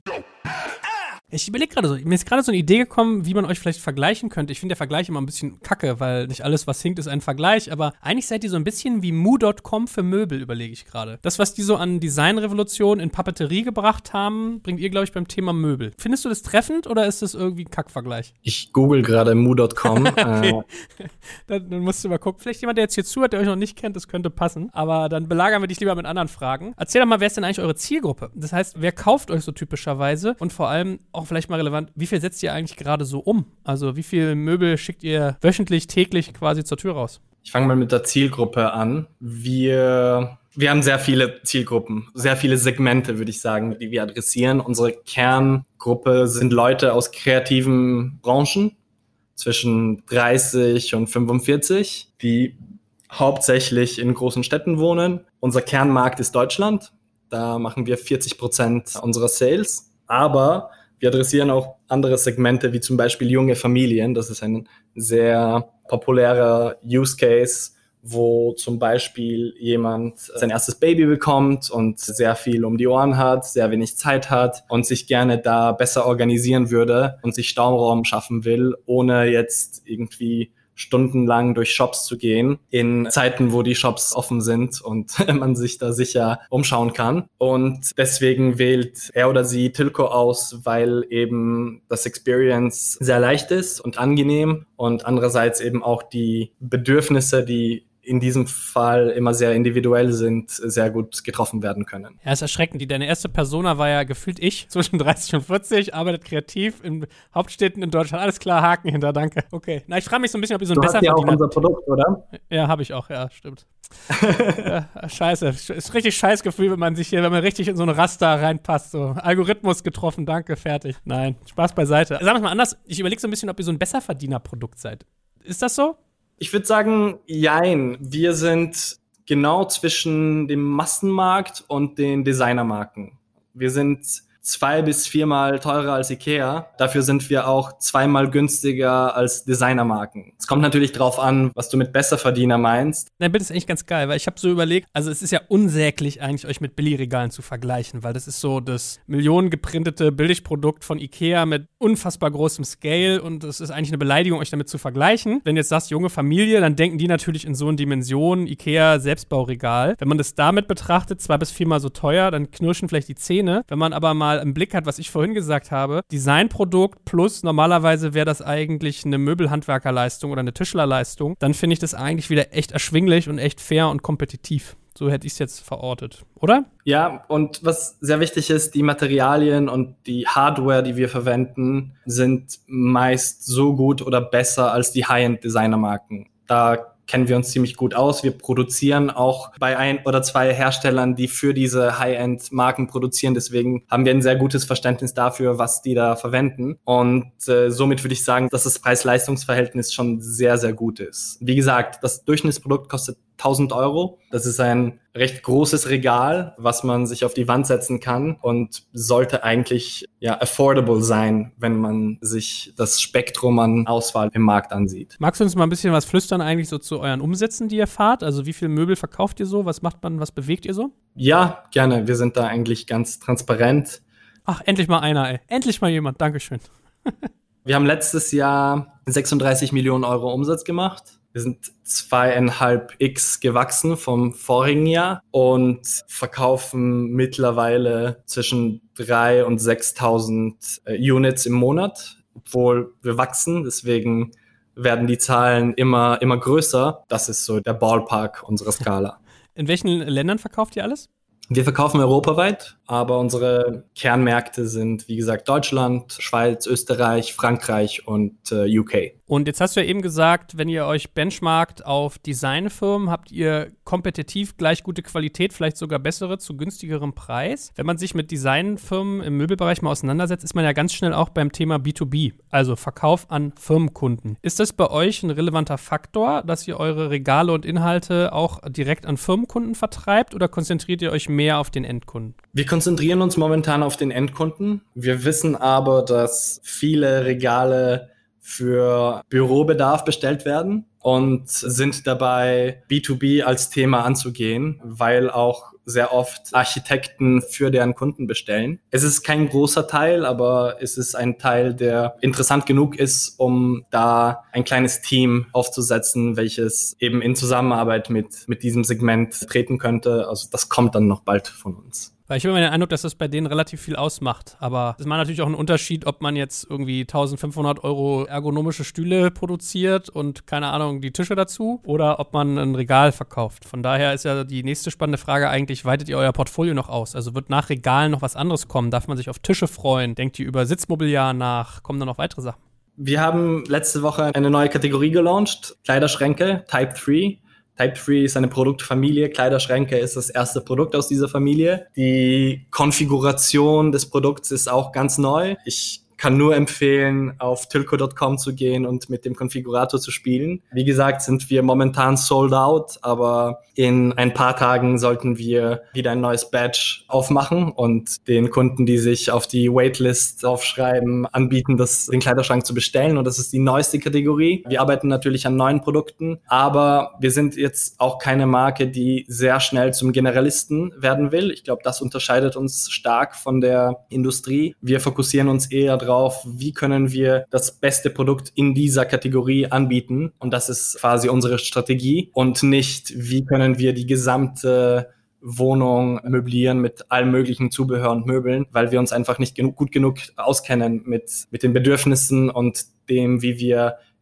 Ich überlege gerade so, mir ist gerade so eine Idee gekommen, wie man euch vielleicht vergleichen könnte. Ich finde der Vergleich immer ein bisschen kacke, weil nicht alles, was hinkt, ist ein Vergleich. Aber eigentlich seid ihr so ein bisschen wie Moo Punkt com für Möbel, überlege ich gerade. Das, was die so an Designrevolution in Papeterie gebracht haben, bringt ihr, glaube ich, beim Thema Möbel. Findest du das treffend oder ist das irgendwie ein Kackvergleich? Ich google gerade Moo Punkt com. Okay. äh. dann, dann musst du mal gucken. Vielleicht jemand, der jetzt hier zuhört, der euch noch nicht kennt, das könnte passen. Aber dann belagern wir dich lieber mit anderen Fragen. Erzähl doch mal, wer ist denn eigentlich eure Zielgruppe? Das heißt, wer kauft euch so typischerweise? Und vor allem auch vielleicht mal relevant, wie viel setzt ihr eigentlich gerade so um? Also wie viel Möbel schickt ihr wöchentlich, täglich quasi zur Tür raus? Ich fange mal mit der Zielgruppe an. Wir, wir haben sehr viele Zielgruppen, sehr viele Segmente, würde ich sagen, die wir adressieren. Unsere Kerngruppe sind Leute aus kreativen Branchen zwischen dreißig und fünfundvierzig, die hauptsächlich in großen Städten wohnen. Unser Kernmarkt ist Deutschland. Da machen wir vierzig Prozent unserer Sales. Aber wir adressieren auch andere Segmente, wie zum Beispiel junge Familien. Das ist ein sehr populärer Use Case, wo zum Beispiel jemand sein erstes Baby bekommt und sehr viel um die Ohren hat, sehr wenig Zeit hat und sich gerne da besser organisieren würde und sich Stauraum schaffen will, ohne jetzt irgendwie stundenlang durch Shops zu gehen, in Zeiten, wo die Shops offen sind und man sich da sicher umschauen kann. Und deswegen wählt er oder sie Tilco aus, weil eben das Experience sehr leicht ist und angenehm und andererseits eben auch die Bedürfnisse, die in diesem Fall immer sehr individuell sind, sehr gut getroffen werden können. Ja, ist erschreckend. Die, deine erste Persona war ja gefühlt ich, zwischen dreißig und vierzig, arbeitet kreativ in Hauptstädten in Deutschland. Alles klar, Haken hinter, danke. Okay. Na, ich frage mich so ein bisschen, ob ihr so ein du hast ja auch unser Produkt, oder? Ja, habe ich auch, ja, stimmt. ja, scheiße. Ist richtig scheiß Gefühl, wenn man sich hier, wenn man richtig in so ein Raster reinpasst. So, Algorithmus getroffen, danke, fertig. Nein, Spaß beiseite. Sagen wir es mal anders, ich überlege so ein bisschen, ob ihr so ein Besserverdiener-Produkt seid. Ist das so? Ich würde sagen, jein. Wir sind genau zwischen dem Massenmarkt und den Designermarken. Wir sind zwei bis viermal teurer als Ikea. Dafür sind wir auch zweimal günstiger als Designermarken. Es kommt natürlich drauf an, was du mit Besserverdiener meinst. Dein Bild ist eigentlich ganz geil, weil ich habe so überlegt, also es ist ja unsäglich eigentlich, euch mit Billigregalen zu vergleichen, weil das ist so das millionengeprintete Billigprodukt von Ikea mit unfassbar großem Scale und es ist eigentlich eine Beleidigung, euch damit zu vergleichen. Wenn du jetzt sagst, junge Familie, dann denken die natürlich in so einen Dimensionen, Ikea Selbstbauregal. Wenn man das damit betrachtet, zwei bis viermal so teuer, dann knirschen vielleicht die Zähne. Wenn man aber mal im Blick hat, was ich vorhin gesagt habe, Designprodukt plus normalerweise wäre das eigentlich eine Möbelhandwerkerleistung oder eine Tischlerleistung, dann finde ich das eigentlich wieder echt erschwinglich und echt fair und kompetitiv. So hätte ich es jetzt verortet, oder? Ja, und was sehr wichtig ist, die Materialien und die Hardware, die wir verwenden, sind meist so gut oder besser als die High-End-Designermarken. Da kennen wir uns ziemlich gut aus. Wir produzieren auch bei ein oder zwei Herstellern, die für diese High-End-Marken produzieren. Deswegen haben wir ein sehr gutes Verständnis dafür, was die da verwenden. Und äh, somit würde ich sagen, dass das Preis-Leistungs-Verhältnis schon sehr, sehr gut ist. Wie gesagt, das Durchschnittsprodukt kostet tausend Euro. Das ist ein recht großes Regal, was man sich auf die Wand setzen kann und sollte eigentlich ja affordable sein, wenn man sich das Spektrum an Auswahl im Markt ansieht. Magst du uns mal ein bisschen was flüstern eigentlich so zu euren Umsätzen, die ihr fahrt? Also wie viel Möbel verkauft ihr so? Was macht man, was bewegt ihr so? Ja, gerne. Wir sind da eigentlich ganz transparent. Ach, endlich mal einer, ey. Endlich mal jemand. Dankeschön. Wir haben letztes Jahr sechsunddreißig Millionen Euro Umsatz gemacht. Wir sind zweieinhalb X gewachsen vom vorigen Jahr und verkaufen mittlerweile zwischen drei und sechstausend Units im Monat, obwohl wir wachsen. Deswegen werden die Zahlen immer, immer größer. Das ist so der Ballpark unserer Skala. In welchen Ländern verkauft ihr alles? Wir verkaufen europaweit, aber unsere Kernmärkte sind, wie gesagt, Deutschland, Schweiz, Österreich, Frankreich und äh, U K. Und jetzt hast du ja eben gesagt, wenn ihr euch benchmarkt auf Designfirmen, habt ihr kompetitiv gleich gute Qualität, vielleicht sogar bessere zu günstigerem Preis. Wenn man sich mit Designfirmen im Möbelbereich mal auseinandersetzt, ist man ja ganz schnell auch beim Thema B zwei B, also Verkauf an Firmenkunden. Ist das bei euch ein relevanter Faktor, dass ihr eure Regale und Inhalte auch direkt an Firmenkunden vertreibt oder konzentriert ihr euch mehr auf den Endkunden? Wir konzentrieren uns momentan auf den Endkunden. Wir wissen aber, dass viele Regale für Bürobedarf bestellt werden und sind dabei, B zwei B als Thema anzugehen, weil auch sehr oft Architekten für deren Kunden bestellen. Es ist kein großer Teil, aber es ist ein Teil, der interessant genug ist, um da ein kleines Team aufzusetzen, welches eben in Zusammenarbeit mit, mit diesem Segment treten könnte. Also das kommt dann noch bald von uns. Weil ich habe immer den Eindruck, dass das bei denen relativ viel ausmacht. Aber es macht natürlich auch einen Unterschied, ob man jetzt irgendwie eintausendfünfhundert Euro ergonomische Stühle produziert und, keine Ahnung, die Tische dazu oder ob man ein Regal verkauft. Von daher ist ja die nächste spannende Frage eigentlich, weitet ihr euer Portfolio noch aus? Also wird nach Regalen noch was anderes kommen? Darf man sich auf Tische freuen? Denkt ihr über Sitzmobiliar nach? Kommen da noch weitere Sachen? Wir haben letzte Woche eine neue Kategorie gelauncht, Kleiderschränke, Type drei. Type drei ist eine Produktfamilie, Kleiderschränke ist das erste Produkt aus dieser Familie. Die Konfiguration des Produkts ist auch ganz neu. Ich kann nur empfehlen, auf tilco Punkt com zu gehen und mit dem Konfigurator zu spielen. Wie gesagt, sind wir momentan sold out, aber in ein paar Tagen sollten wir wieder ein neues Badge aufmachen und den Kunden, die sich auf die Waitlist aufschreiben, anbieten, das, den Kleiderschrank zu bestellen. Und das ist die neueste Kategorie. Wir arbeiten natürlich an neuen Produkten, aber wir sind jetzt auch keine Marke, die sehr schnell zum Generalisten werden will. Ich glaube, das unterscheidet uns stark von der Industrie. Wir fokussieren uns eher darauf, wie können wir das beste Produkt in dieser Kategorie anbieten. Und das ist quasi unsere Strategie und nicht, wie können wir die gesamte Wohnung möblieren mit allem möglichen Zubehör und Möbeln, weil wir uns einfach nicht genug, gut genug auskennen mit, mit den Bedürfnissen und dem, wie wir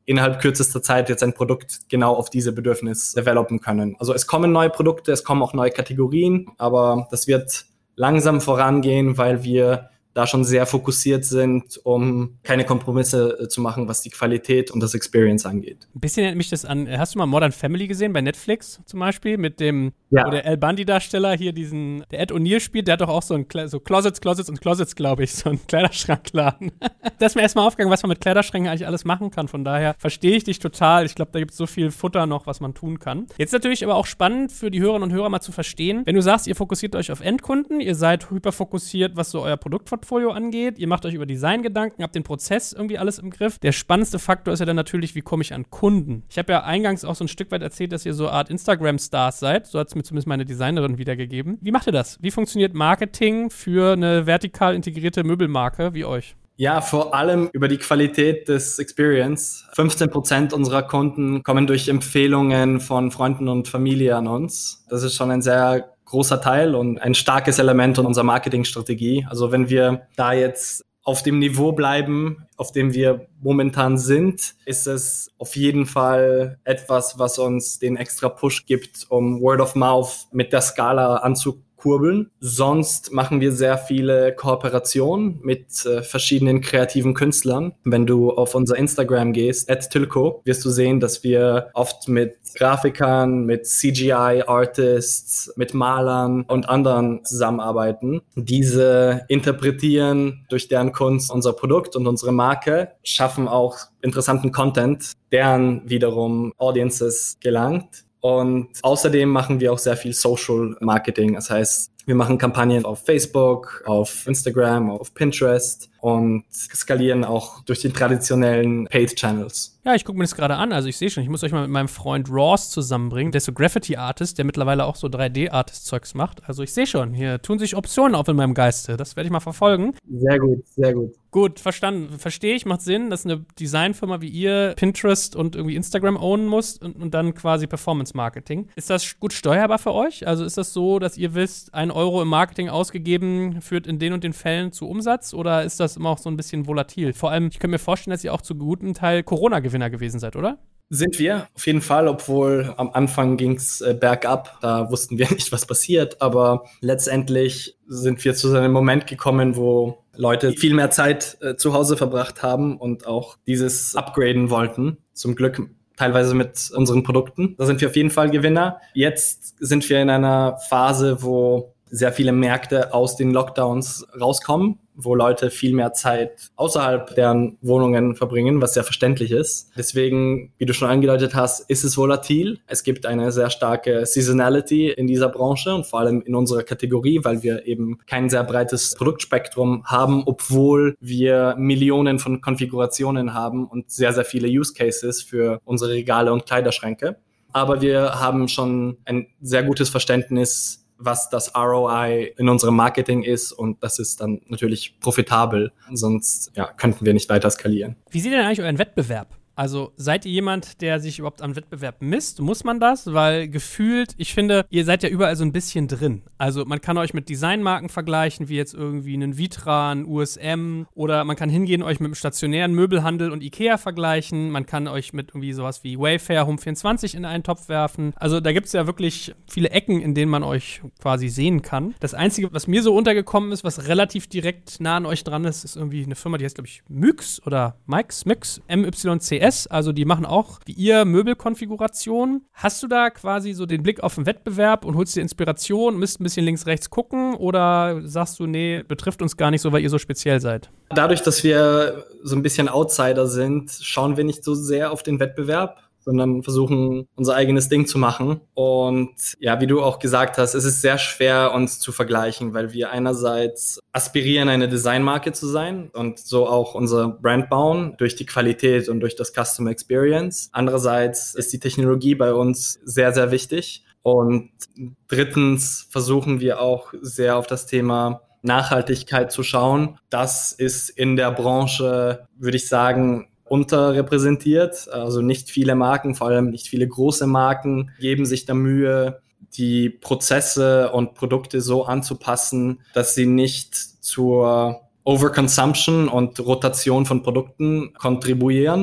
innerhalb kürzester Zeit jetzt ein Produkt genau auf diese Bedürfnisse developen können. Also es kommen neue Produkte, es kommen auch neue Kategorien, aber das wird langsam vorangehen, weil wir da schon sehr fokussiert sind, um keine Kompromisse zu machen, was die Qualität und das Experience angeht. Ein bisschen erinnert mich das an, hast du mal Modern Family gesehen, bei Netflix zum Beispiel, mit dem, ja. wo der Al Bundy-Darsteller hier diesen, der Ed O'Neill spielt, der hat doch auch so ein, so Closets, Closets und Closets, glaube ich, so einen Kleiderschrankladen. Da ist mir erstmal aufgegangen, was man mit Kleiderschränken eigentlich alles machen kann, von daher verstehe ich dich total. Ich glaube, da gibt es so viel Futter noch, was man tun kann. Jetzt natürlich aber auch spannend für die Hörerinnen und Hörer mal zu verstehen, wenn du sagst, ihr fokussiert euch auf Endkunden, ihr seid hyperfokussiert, was so euer Produktportfolio angeht. Ihr macht euch über Design Gedanken, habt den Prozess irgendwie alles im Griff. Der spannendste Faktor ist ja dann natürlich, wie komme ich an Kunden? Ich habe ja eingangs auch so ein Stück weit erzählt, dass ihr so eine Art Instagram-Stars seid. So hat es mir zumindest meine Designerin wiedergegeben. Wie macht ihr das? Wie funktioniert Marketing für eine vertikal integrierte Möbelmarke wie euch? Ja, vor allem über die Qualität des Experience. fünfzehn Prozent unserer Kunden kommen durch Empfehlungen von Freunden und Familie an uns. Das ist schon ein sehr großer Teil und ein starkes Element unserer Marketingstrategie. Also wenn wir da jetzt auf dem Niveau bleiben, auf dem wir momentan sind, ist es auf jeden Fall etwas, was uns den extra Push gibt, um Word of Mouth mit der Skala anzukurbeln. Sonst machen wir sehr viele Kooperationen mit äh, verschiedenen kreativen Künstlern. Wenn du auf unser Instagram gehst, at Tilco, wirst du sehen, dass wir oft mit Grafikern, mit C G I-Artists, mit Malern und anderen zusammenarbeiten. Diese interpretieren durch deren Kunst unser Produkt und unsere Marke, schaffen auch interessanten Content, deren wiederum Audiences gelangt. Und außerdem machen wir auch sehr viel Social Marketing. Das heißt, wir machen Kampagnen auf Facebook, auf Instagram, auf Pinterest und skalieren auch durch die traditionellen Paid Channels. Ja, ich gucke mir das gerade an. Also ich sehe schon, ich muss euch mal mit meinem Freund Ross zusammenbringen. Der ist so Graffiti-Artist, der mittlerweile auch so drei D-Artist-Zeugs macht. Also ich sehe schon, hier tun sich Optionen auf in meinem Geiste. Das werde ich mal verfolgen. Sehr gut, sehr gut. Gut, verstanden. Verstehe ich, macht Sinn, dass eine Designfirma wie ihr Pinterest und irgendwie Instagram ownen muss und, und dann quasi Performance-Marketing. Ist das gut steuerbar für euch? Also ist das so, dass ihr wisst, ein Euro im Marketing ausgegeben führt in den und den Fällen zu Umsatz? Oder ist das immer auch so ein bisschen volatil? Vor allem, ich könnte mir vorstellen, dass ihr auch zu gutem Teil Corona-Gewinner gewesen seid, oder? Sind wir, auf jeden Fall, obwohl am Anfang ging's äh, bergab, da wussten wir nicht, was passiert, aber letztendlich sind wir zu einem Moment gekommen, wo Leute viel mehr Zeit äh, zu Hause verbracht haben und auch dieses upgraden wollten, zum Glück teilweise mit unseren Produkten. Da sind wir auf jeden Fall Gewinner. Jetzt sind wir in einer Phase, wo sehr viele Märkte aus den Lockdowns rauskommen, wo Leute viel mehr Zeit außerhalb deren Wohnungen verbringen, was sehr verständlich ist. Deswegen, wie du schon angedeutet hast, ist es volatil. Es gibt eine sehr starke Seasonality in dieser Branche und vor allem in unserer Kategorie, weil wir eben kein sehr breites Produktspektrum haben, obwohl wir Millionen von Konfigurationen haben und sehr, sehr viele Use Cases für unsere Regale und Kleiderschränke. Aber wir haben schon ein sehr gutes Verständnis, was das R O I in unserem Marketing ist, und das ist dann natürlich profitabel. Sonst ja, könnten wir nicht weiter skalieren. Wie sieht denn eigentlich euren Wettbewerb? Also seid ihr jemand, der sich überhaupt am Wettbewerb misst? Muss man das? Weil gefühlt, ich finde, ihr seid ja überall so ein bisschen drin. Also man kann euch mit Designmarken vergleichen, wie jetzt irgendwie einen Vitra, einen U S M, oder man kann hingehen, euch mit einem stationären Möbelhandel und Ikea vergleichen. Man kann euch mit irgendwie sowas wie Wayfair, Home vierundzwanzig in einen Topf werfen. Also da gibt es ja wirklich viele Ecken, in denen man euch quasi sehen kann. Das Einzige, was mir so untergekommen ist, was relativ direkt nah an euch dran ist, ist irgendwie eine Firma, die heißt, glaube ich, Myx oder Mix, Mix, M Y C S. Also die machen auch, wie ihr, Möbelkonfigurationen. Hast du da quasi so den Blick auf den Wettbewerb und holst dir Inspiration, müsst ein bisschen links, rechts gucken, oder sagst du, nee, betrifft uns gar nicht so, weil ihr so speziell seid? Dadurch, dass wir so ein bisschen Outsider sind, schauen wir nicht so sehr auf den Wettbewerb, sondern versuchen, unser eigenes Ding zu machen. Und ja, wie du auch gesagt hast, es ist sehr schwer, uns zu vergleichen, weil wir einerseits aspirieren, eine Designmarke zu sein und so auch unser Brand bauen durch die Qualität und durch das Customer Experience. Andererseits ist die Technologie bei uns sehr, sehr wichtig. Und drittens versuchen wir auch sehr auf das Thema Nachhaltigkeit zu schauen. Das ist in der Branche, würde ich sagen, unterrepräsentiert. Also nicht viele Marken, vor allem nicht viele große Marken, geben sich da Mühe, die Prozesse und Produkte so anzupassen, dass sie nicht zur Overconsumption und Rotation von Produkten kontribuieren.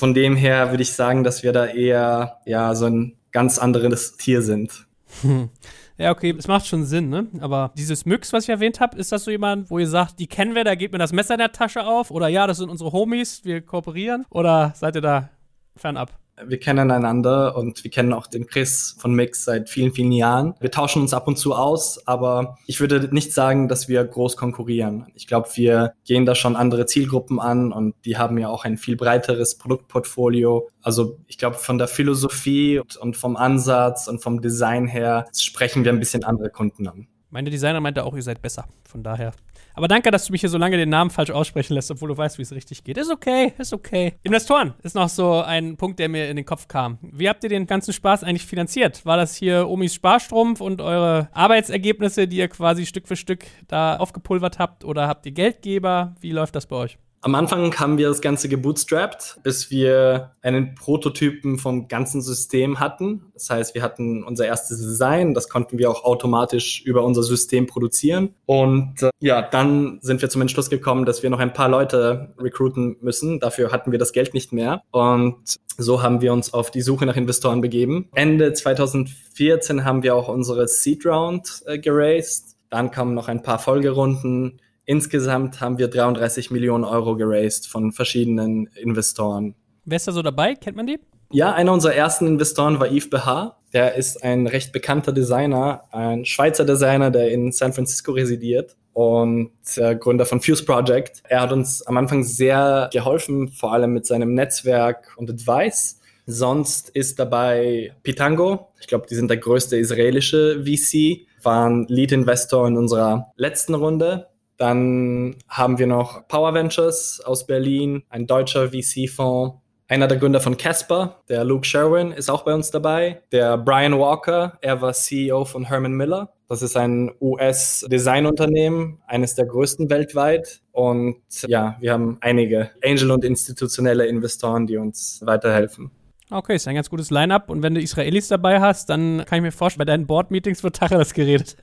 Von dem her würde ich sagen, dass wir da eher ja so ein ganz anderes Tier sind. Hm. Ja, okay, es macht schon Sinn, ne? Aber dieses Myx, was ich erwähnt habe, ist das so jemand, wo ihr sagt, die kennen wir, da geht mir das Messer in der Tasche auf? Oder ja, das sind unsere Homies, wir kooperieren? Oder seid ihr da fernab? Wir kennen einander und wir kennen auch den Chris von Myx seit vielen, vielen Jahren. Wir tauschen uns ab und zu aus, aber ich würde nicht sagen, dass wir groß konkurrieren. Ich glaube, wir gehen da schon andere Zielgruppen an und die haben ja auch ein viel breiteres Produktportfolio. Also ich glaube, von der Philosophie und vom Ansatz und vom Design her sprechen wir ein bisschen andere Kunden an. Meine Designer meinte auch, ihr seid besser. Von daher. Aber danke, dass du mich hier so lange den Namen falsch aussprechen lässt, obwohl du weißt, wie es richtig geht. Ist okay, ist okay. Investoren ist noch so ein Punkt, der mir in den Kopf kam. Wie habt ihr den ganzen Spaß eigentlich finanziert? War das hier Omis Sparstrumpf und eure Arbeitsergebnisse, die ihr quasi Stück für Stück da aufgepulvert habt? Oder habt ihr Geldgeber? Wie läuft das bei euch? Am Anfang haben wir das Ganze gebootstrapped, bis wir einen Prototypen vom ganzen System hatten. Das heißt, wir hatten unser erstes Design, das konnten wir auch automatisch über unser System produzieren. Und äh, ja, dann sind wir zum Entschluss gekommen, dass wir noch ein paar Leute recruiten müssen. Dafür hatten wir das Geld nicht mehr. Und so haben wir uns auf die Suche nach Investoren begeben. Ende zwanzig vierzehn haben wir auch unsere Seed Round äh, geraced. Dann kamen noch ein paar Folgerunden. Insgesamt haben wir dreiunddreißig Millionen Euro geraced von verschiedenen Investoren. Wer ist da so dabei? Kennt man die? Ja, einer unserer ersten Investoren war Yves Behar. Der ist ein recht bekannter Designer, ein Schweizer Designer, der in San Francisco residiert und der Gründer von Fuse Project. Er hat uns am Anfang sehr geholfen, vor allem mit seinem Netzwerk und Advice. Sonst ist dabei Pitango. Ich glaube, die sind der größte israelische V C, waren Lead-Investor in unserer letzten Runde. Dann haben wir noch Power Ventures aus Berlin, ein deutscher V C-Fonds. Einer der Gründer von Casper, der Luke Sherwin, ist auch bei uns dabei. Der Brian Walker, er war C E O von Herman Miller. Das ist ein U S-Designunternehmen, eines der größten weltweit. Und ja, wir haben einige Angel- und institutionelle Investoren, die uns weiterhelfen. Okay, ist ein ganz gutes Line-Up. Und wenn du Israelis dabei hast, dann kann ich mir vorstellen, bei deinen Board-Meetings wird Tacheles geredet.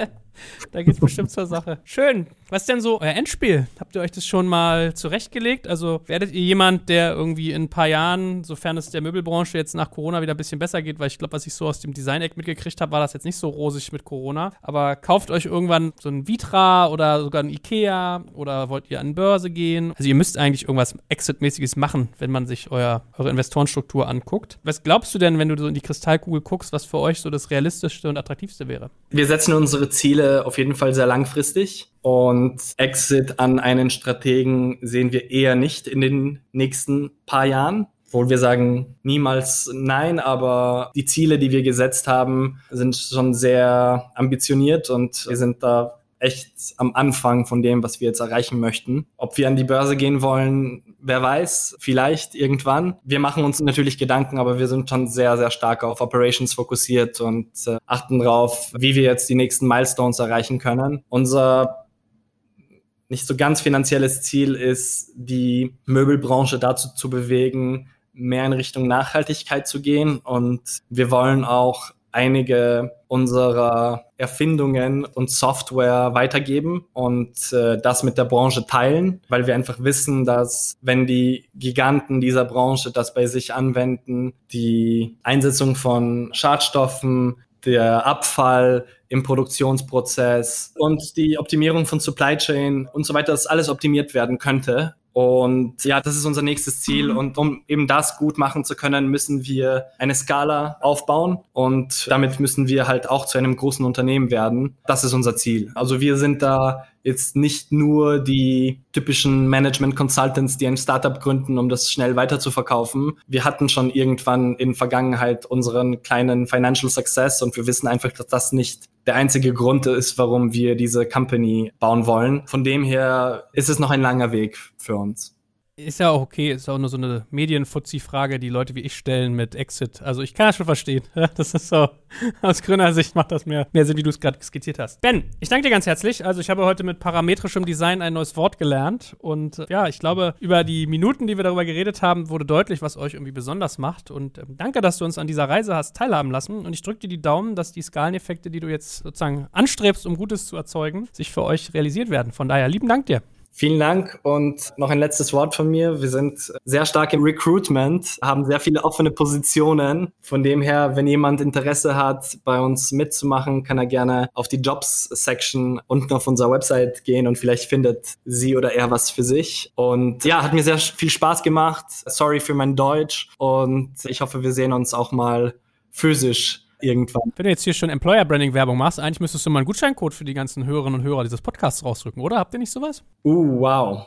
Da geht's bestimmt zur Sache. Schön. Was ist denn so euer Endspiel? Habt ihr euch das schon mal zurechtgelegt? Also werdet ihr jemand, der irgendwie in ein paar Jahren, sofern es der Möbelbranche jetzt nach Corona wieder ein bisschen besser geht, weil ich glaube, was ich so aus dem Design-Eck mitgekriegt habe, war das jetzt nicht so rosig mit Corona. Aber kauft euch irgendwann so ein Vitra oder sogar ein Ikea oder wollt ihr an die Börse gehen? Also ihr müsst eigentlich irgendwas Exit-mäßiges machen, wenn man sich euer, eure Investorenstruktur anguckt. Was glaubst du denn, wenn du so in die Kristallkugel guckst, was für euch so das realistischste und attraktivste wäre? Wir setzen unsere Ziele auf jeden Fall sehr langfristig und Exit an einen Strategen sehen wir eher nicht in den nächsten paar Jahren. Obwohl wir sagen niemals nein, aber die Ziele, die wir gesetzt haben, sind schon sehr ambitioniert und wir sind da echt am Anfang von dem, was wir jetzt erreichen möchten. Ob wir an die Börse gehen wollen, wer weiß, vielleicht irgendwann. Wir machen uns natürlich Gedanken, aber wir sind schon sehr, sehr stark auf Operations fokussiert und äh, achten darauf, wie wir jetzt die nächsten Milestones erreichen können. Unser nicht so ganz finanzielles Ziel ist, die Möbelbranche dazu zu bewegen, mehr in Richtung Nachhaltigkeit zu gehen und wir wollen auch einige unserer Erfindungen und Software weitergeben und äh, das mit der Branche teilen, weil wir einfach wissen, dass wenn die Giganten dieser Branche das bei sich anwenden, die Einsetzung von Schadstoffen, der Abfall im Produktionsprozess und die Optimierung von Supply Chain und so weiter, dass alles optimiert werden könnte. Und ja, das ist unser nächstes Ziel. Und um eben das gut machen zu können, müssen wir eine Skala aufbauen. Und damit müssen wir halt auch zu einem großen Unternehmen werden. Das ist unser Ziel. Also wir sind da jetzt nicht nur die typischen Management-Consultants, die ein Startup gründen, um das schnell weiter zu verkaufen. Wir hatten schon irgendwann in Vergangenheit unseren kleinen Financial Success und wir wissen einfach, dass das nicht der einzige Grund ist, warum wir diese Company bauen wollen. Von dem her ist es noch ein langer Weg für uns. Ist ja auch okay, ist auch nur so eine Medien-Fuzzi-Frage, die Leute wie ich stellen mit Exit. Also ich kann das schon verstehen. Das ist so, aus grüner Sicht macht das mehr, mehr Sinn, wie du es gerade skizziert hast. Ben, ich danke dir ganz herzlich. Also ich habe heute mit parametrischem Design ein neues Wort gelernt. Und ja, ich glaube, über die Minuten, die wir darüber geredet haben, wurde deutlich, was euch irgendwie besonders macht. Und ähm, danke, dass du uns an dieser Reise hast teilhaben lassen. Und ich drücke dir die Daumen, dass die Skaleneffekte, die du jetzt sozusagen anstrebst, um Gutes zu erzeugen, sich für euch realisiert werden. Von daher, lieben Dank dir. Vielen Dank und noch ein letztes Wort von mir. Wir sind sehr stark im Recruitment, haben sehr viele offene Positionen. Von dem her, wenn jemand Interesse hat, bei uns mitzumachen, kann er gerne auf die Jobs-Section unten auf unserer Website gehen und vielleicht findet sie oder er was für sich. Und ja, hat mir sehr viel Spaß gemacht. Sorry für mein Deutsch und ich hoffe, wir sehen uns auch mal physisch irgendwann. Wenn du jetzt hier schon Employer-Branding-Werbung machst, eigentlich müsstest du mal einen Gutscheincode für die ganzen Hörerinnen und Hörer dieses Podcasts rausdrücken, oder? Habt ihr nicht sowas? Uh, wow.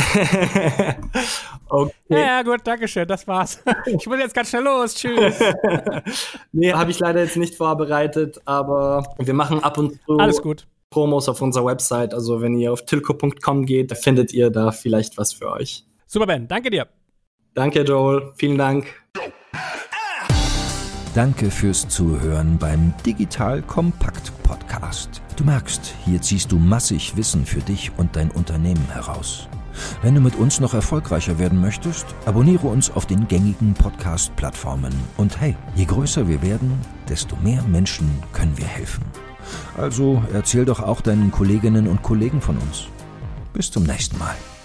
Okay. Ja, ja, gut, danke schön, das war's. Ich muss jetzt ganz schnell los, tschüss. Nee, habe ich leider jetzt nicht vorbereitet, aber wir machen ab und zu Alles gut. Promos auf unserer Website. Also wenn ihr auf tilco punkt com geht, findet ihr da vielleicht was für euch. Super, Ben, danke dir. Danke, Joel. Vielen Dank. Danke fürs Zuhören beim Digital Kompakt Podcast. Du merkst, hier ziehst du massig Wissen für dich und dein Unternehmen heraus. Wenn du mit uns noch erfolgreicher werden möchtest, abonniere uns auf den gängigen Podcast-Plattformen. Und hey, je größer wir werden, desto mehr Menschen können wir helfen. Also erzähl doch auch deinen Kolleginnen und Kollegen von uns. Bis zum nächsten Mal.